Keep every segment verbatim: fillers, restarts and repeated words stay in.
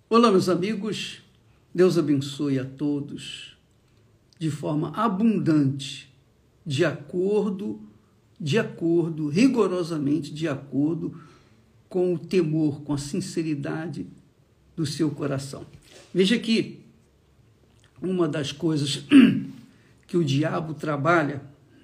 Olá, meus amigos, Deus abençoe a todos de forma abundante, de acordo, de acordo, rigorosamente de acordo com o temor, com a sinceridade do seu coração. Veja que uma das coisas que o diabo trabalha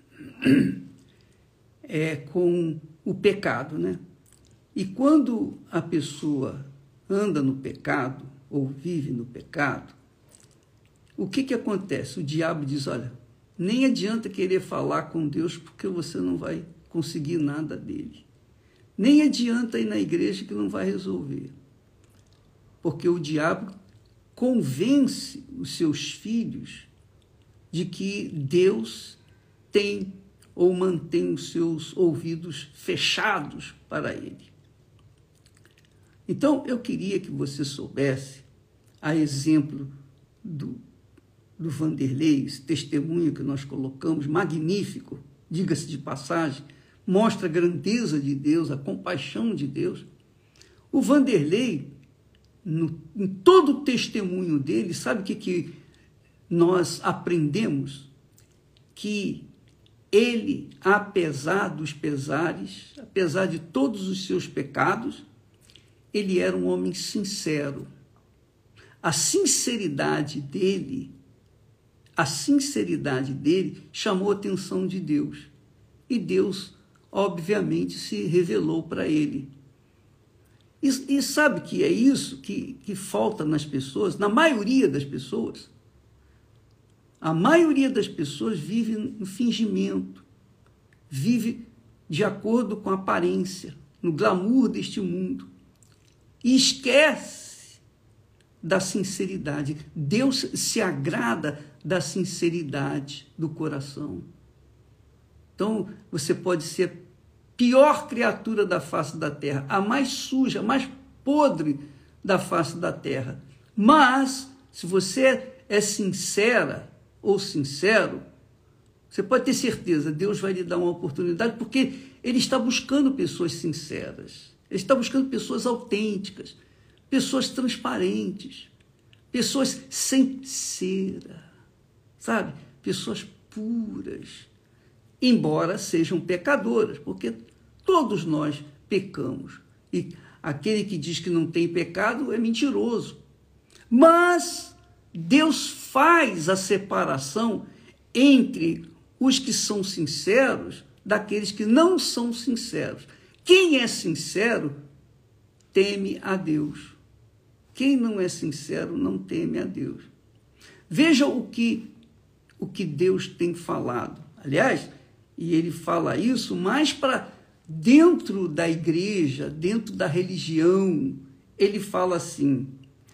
é com o pecado, né? E quando a pessoa anda no pecado ou vive no pecado, o que que acontece? O diabo diz, olha, nem adianta querer falar com Deus porque você não vai conseguir nada dele. Nem adianta ir na igreja que não vai resolver. Porque o diabo convence os seus filhos de que Deus tem ou mantém os seus ouvidos fechados para ele. Então, eu queria que você soubesse, a exemplo do, do Vanderlei, esse testemunho que nós colocamos, magnífico, diga-se de passagem, mostra a grandeza de Deus, a compaixão de Deus. O Vanderlei, no, em todo o testemunho dele, sabe o que, que nós aprendemos? Que ele, apesar dos pesares, apesar de todos os seus pecados, ele era um homem sincero. A sinceridade dele, a sinceridade dele chamou a atenção de Deus. E Deus, obviamente, se revelou para ele. E, e sabe que é isso que, que falta nas pessoas, na maioria das pessoas? A maioria das pessoas vive no fingimento, vive de acordo com a aparência, no glamour deste mundo. E esquece da sinceridade. Deus se agrada da sinceridade do coração. Então, você pode ser a pior criatura da face da terra, a mais suja, a mais podre da face da terra. Mas, se você é sincera ou sincero, você pode ter certeza, Deus vai lhe dar uma oportunidade, porque Ele está buscando pessoas sinceras. Ele está buscando pessoas autênticas, pessoas transparentes, pessoas sem cera, sabe? Pessoas puras, embora sejam pecadoras, porque todos nós pecamos. E aquele que diz que não tem pecado é mentiroso. Mas Deus faz a separação entre os que são sinceros daqueles que não são sinceros. Quem é sincero teme a Deus. Quem não é sincero não teme a Deus. Veja o que, o que Deus tem falado. Aliás, e ele fala isso mais para dentro da igreja, dentro da religião. Ele fala assim: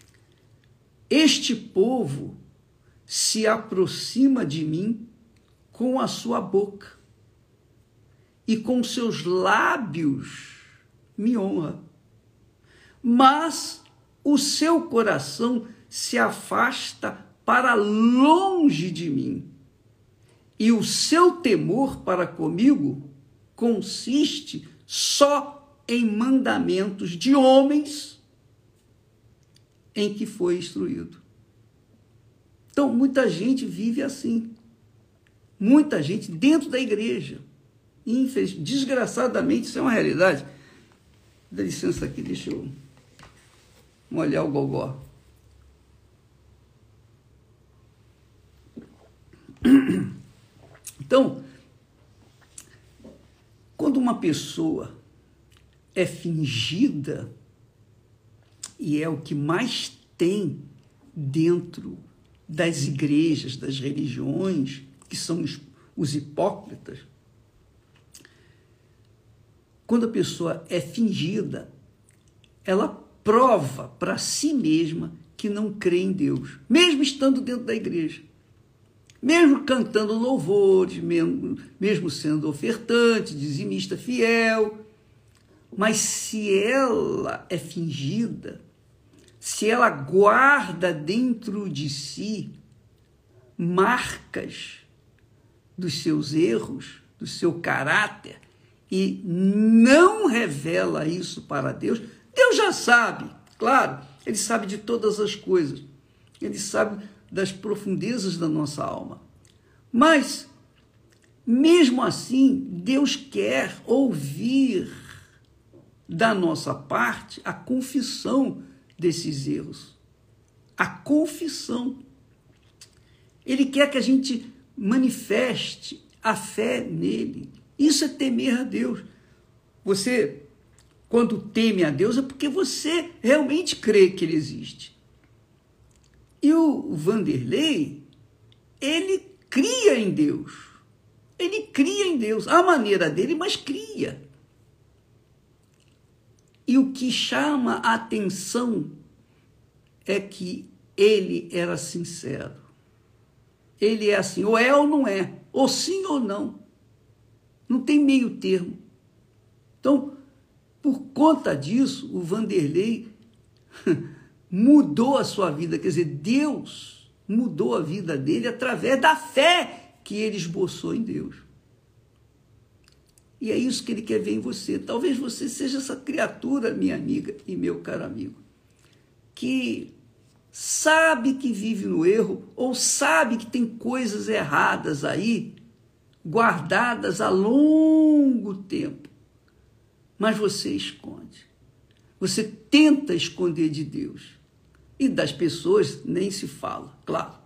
este povo se aproxima de mim com a sua boca, e com seus lábios me honra, mas o seu coração se afasta para longe de mim, e o seu temor para comigo consiste só em mandamentos de homens em que foi instruído. Então, muita gente vive assim, muita gente dentro da igreja. Infeliz, desgraçadamente, isso é uma realidade. Dá licença aqui, deixa eu molhar o gogó. Então, quando uma pessoa é fingida, e é o que mais tem dentro das igrejas, das religiões, que são os, os hipócritas, quando a pessoa é fingida, ela prova para si mesma que não crê em Deus, mesmo estando dentro da igreja, mesmo cantando louvores, mesmo, mesmo sendo ofertante, dizimista fiel. Mas se ela é fingida, se ela guarda dentro de si marcas dos seus erros, do seu caráter, e não revela isso para Deus, Deus já sabe, claro, Ele sabe de todas as coisas. Ele sabe das profundezas da nossa alma. Mas, mesmo assim, Deus quer ouvir da nossa parte a confissão desses erros. A confissão. Ele quer que a gente manifeste a fé nele. Isso é temer a Deus. Você, quando teme a Deus, é porque você realmente crê que ele existe. E o Vanderlei, ele cria em Deus. Ele cria em Deus, à maneira dele, mas cria. E o que chama a atenção é que ele era sincero. Ele é assim, ou é ou não é, ou sim ou não. Não tem meio termo. Então, por conta disso, o Vanderlei mudou a sua vida. Quer dizer, Deus mudou a vida dele através da fé que ele esboçou em Deus. E é isso que ele quer ver em você. Talvez você seja essa criatura, minha amiga e meu caro amigo, que sabe que vive no erro ou sabe que tem coisas erradas aí, guardadas há longo tempo, mas você esconde. Você tenta esconder de Deus. E das pessoas nem se fala, claro.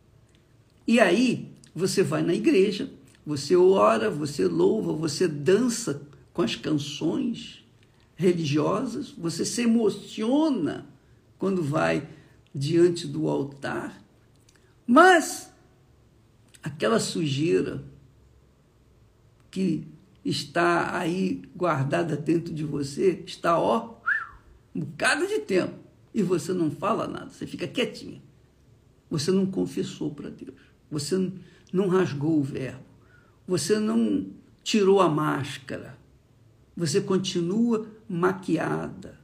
E aí você vai na igreja, você ora, você louva, você dança com as canções religiosas, você se emociona quando vai diante do altar, mas aquela sujeira que está aí guardada dentro de você, está, ó, um bocado de tempo, e você não fala nada, você fica quietinha. Você não confessou para Deus, você não rasgou o verbo, você não tirou a máscara, você continua maquiada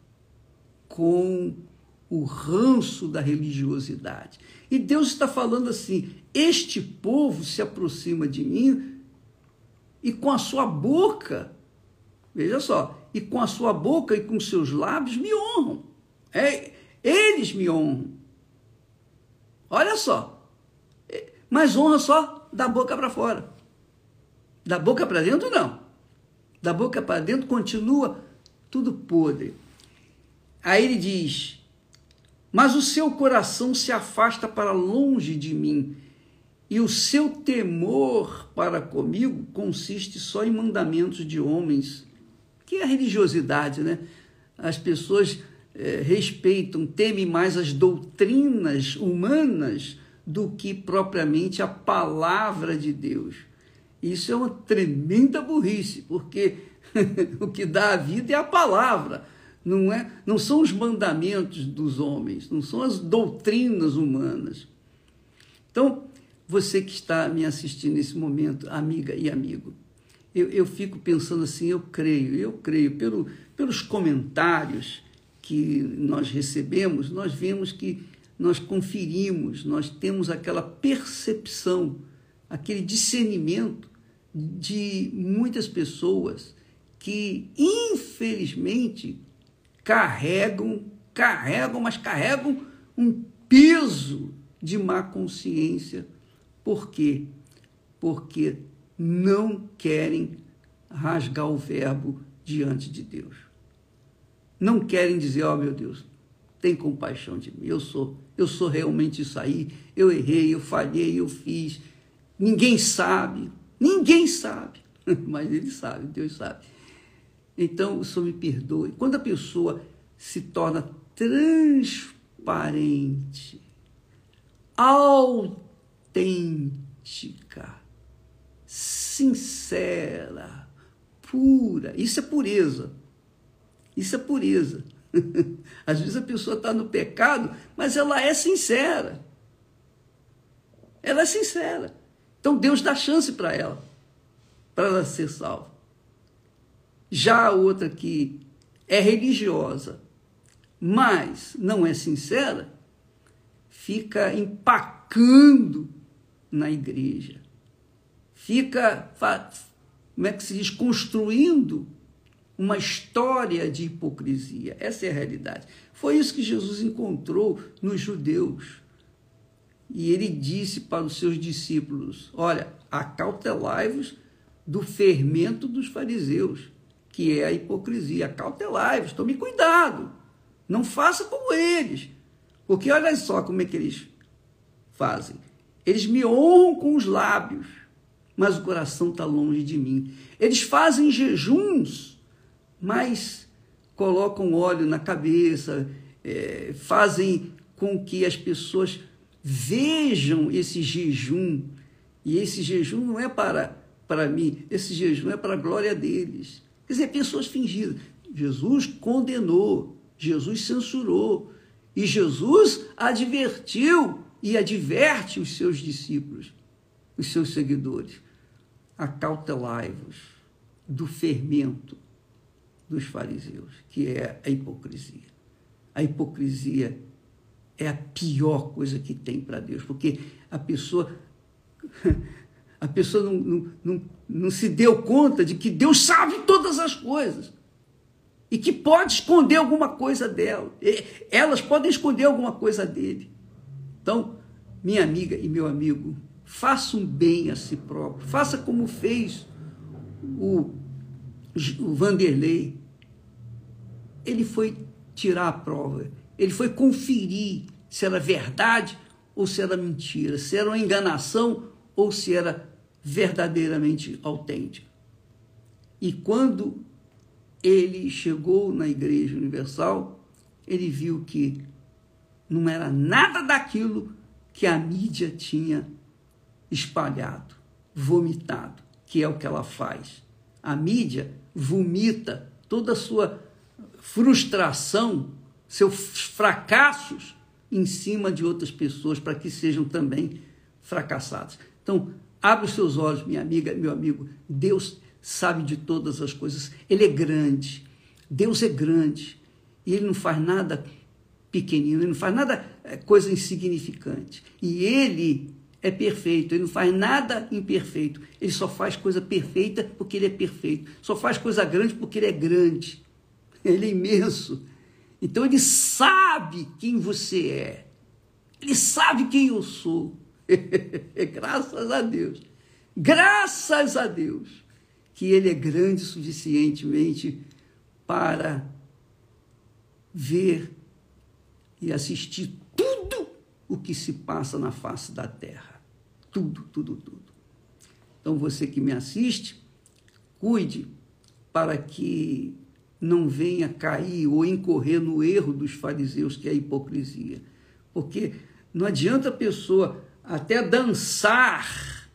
com o ranço da religiosidade. E Deus está falando assim, este povo se aproxima de mim e com a sua boca, veja só, e com a sua boca e com seus lábios me honram. É, eles me honram. Olha só. Mas honra só da boca para fora. Da boca para dentro, não. Da boca para dentro continua tudo podre. Aí ele diz, mas o seu coração se afasta para longe de mim, e o seu temor para comigo consiste só em mandamentos de homens, que é a religiosidade, né? As pessoas eh, respeitam, temem mais as doutrinas humanas do que propriamente a palavra de Deus. Isso é uma tremenda burrice, porque o que dá a vida é a palavra, não é? Não são os mandamentos dos homens, não são as doutrinas humanas. Então, você que está me assistindo nesse momento, amiga e amigo, eu, eu fico pensando assim, eu creio, eu creio, pelo, pelos comentários que nós recebemos, nós vemos que nós conferimos, nós temos aquela percepção, aquele discernimento de muitas pessoas que, infelizmente, carregam, carregam, mas carregam um peso de má consciência. Por quê? Porque não querem rasgar o verbo diante de Deus. Não querem dizer, ó, meu Deus, tem compaixão de mim, eu sou, eu sou realmente isso aí, eu errei, eu falhei, eu fiz, ninguém sabe, ninguém sabe, mas ele sabe, Deus sabe. Então, o Senhor me perdoe. Quando a pessoa se torna transparente, autêntica, sincera, pura, isso é pureza, isso é pureza. Às vezes a pessoa está no pecado, mas ela é sincera, ela é sincera, então Deus dá chance para ela, para ela ser salva. Já a outra que é religiosa, mas não é sincera, fica empacando na igreja, fica, como é que se diz, construindo uma história de hipocrisia. Essa é a realidade. Foi isso que Jesus encontrou nos judeus. E ele disse para os seus discípulos, olha, acautelai-vos do fermento dos fariseus, que é a hipocrisia. Acautelai-vos, tome cuidado, não faça como eles, porque olha só como é que eles fazem. Eles me honram com os lábios, mas o coração está longe de mim. Eles fazem jejuns, mas colocam óleo na cabeça, é, fazem com que as pessoas vejam esse jejum, e esse jejum não é para, para mim, esse jejum é para a glória deles. Quer dizer, pessoas fingidas. Jesus condenou, Jesus censurou, e Jesus advertiu e adverte os seus discípulos, os seus seguidores. Acautelai-vos do fermento dos fariseus, que é a hipocrisia. A hipocrisia é a pior coisa que tem para Deus, porque a pessoa, a pessoa não, não, não, não se deu conta de que Deus sabe todas as coisas e que pode esconder alguma coisa dela. Elas podem esconder alguma coisa dele. Então, minha amiga e meu amigo, faça um bem a si próprio. Faça como fez o, o Vanderlei. Ele foi tirar a prova. Ele foi conferir se era verdade ou se era mentira, se era uma enganação ou se era verdadeiramente autêntico. E quando ele chegou na Igreja Universal, ele viu que não era nada daquilo que a mídia tinha espalhado, vomitado, que é o que ela faz. A mídia vomita toda a sua frustração, seus fracassos em cima de outras pessoas para que sejam também fracassados. Então, abre os seus olhos, minha amiga, meu amigo. Deus sabe de todas as coisas. Ele é grande. Deus é grande. E Ele não faz nada pequenino, Ele não faz nada, coisa insignificante. E Ele é perfeito, Ele não faz nada imperfeito. Ele só faz coisa perfeita porque Ele é perfeito. Só faz coisa grande porque Ele é grande. Ele é imenso. Então, Ele sabe quem você é. Ele sabe quem eu sou. Graças a Deus. Graças a Deus que Ele é grande suficientemente para ver e assistir tudo o que se passa na face da terra. Tudo, tudo, tudo. Então, você que me assiste, cuide para que não venha cair ou incorrer no erro dos fariseus, que é a hipocrisia. Porque não adianta a pessoa até dançar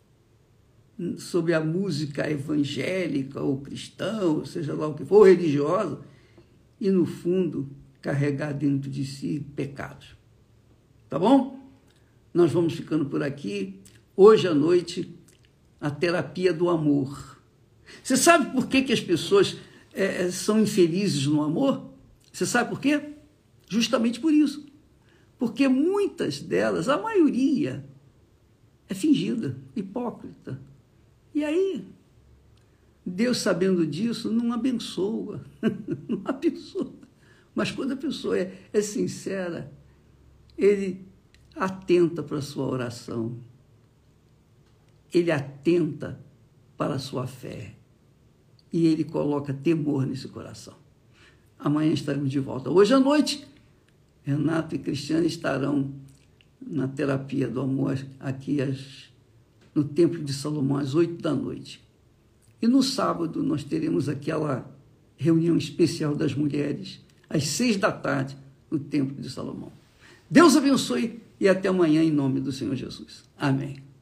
sobre a música evangélica ou cristã, ou seja lá o que for, religiosa, e no fundo carregar dentro de si pecados. Tá bom? Nós vamos ficando por aqui. Hoje à noite, a terapia do amor. Você sabe por que, que as pessoas É, são infelizes no amor? Você sabe por quê? Justamente por isso. Porque muitas delas, a maioria, é fingida, hipócrita. E aí, Deus, sabendo disso, não abençoa. Não abençoa. Mas quando a pessoa é, é sincera, Ele atenta para a sua oração. Ele atenta para a sua fé. E Ele coloca temor nesse coração. Amanhã estaremos de volta. Hoje à noite, Renato e Cristiane estarão na terapia do amor aqui às, no Templo de Salomão, às oito da noite. E no sábado nós teremos aquela reunião especial das mulheres, às seis da tarde, no Templo de Salomão. Deus abençoe e até amanhã, em nome do Senhor Jesus. Amém.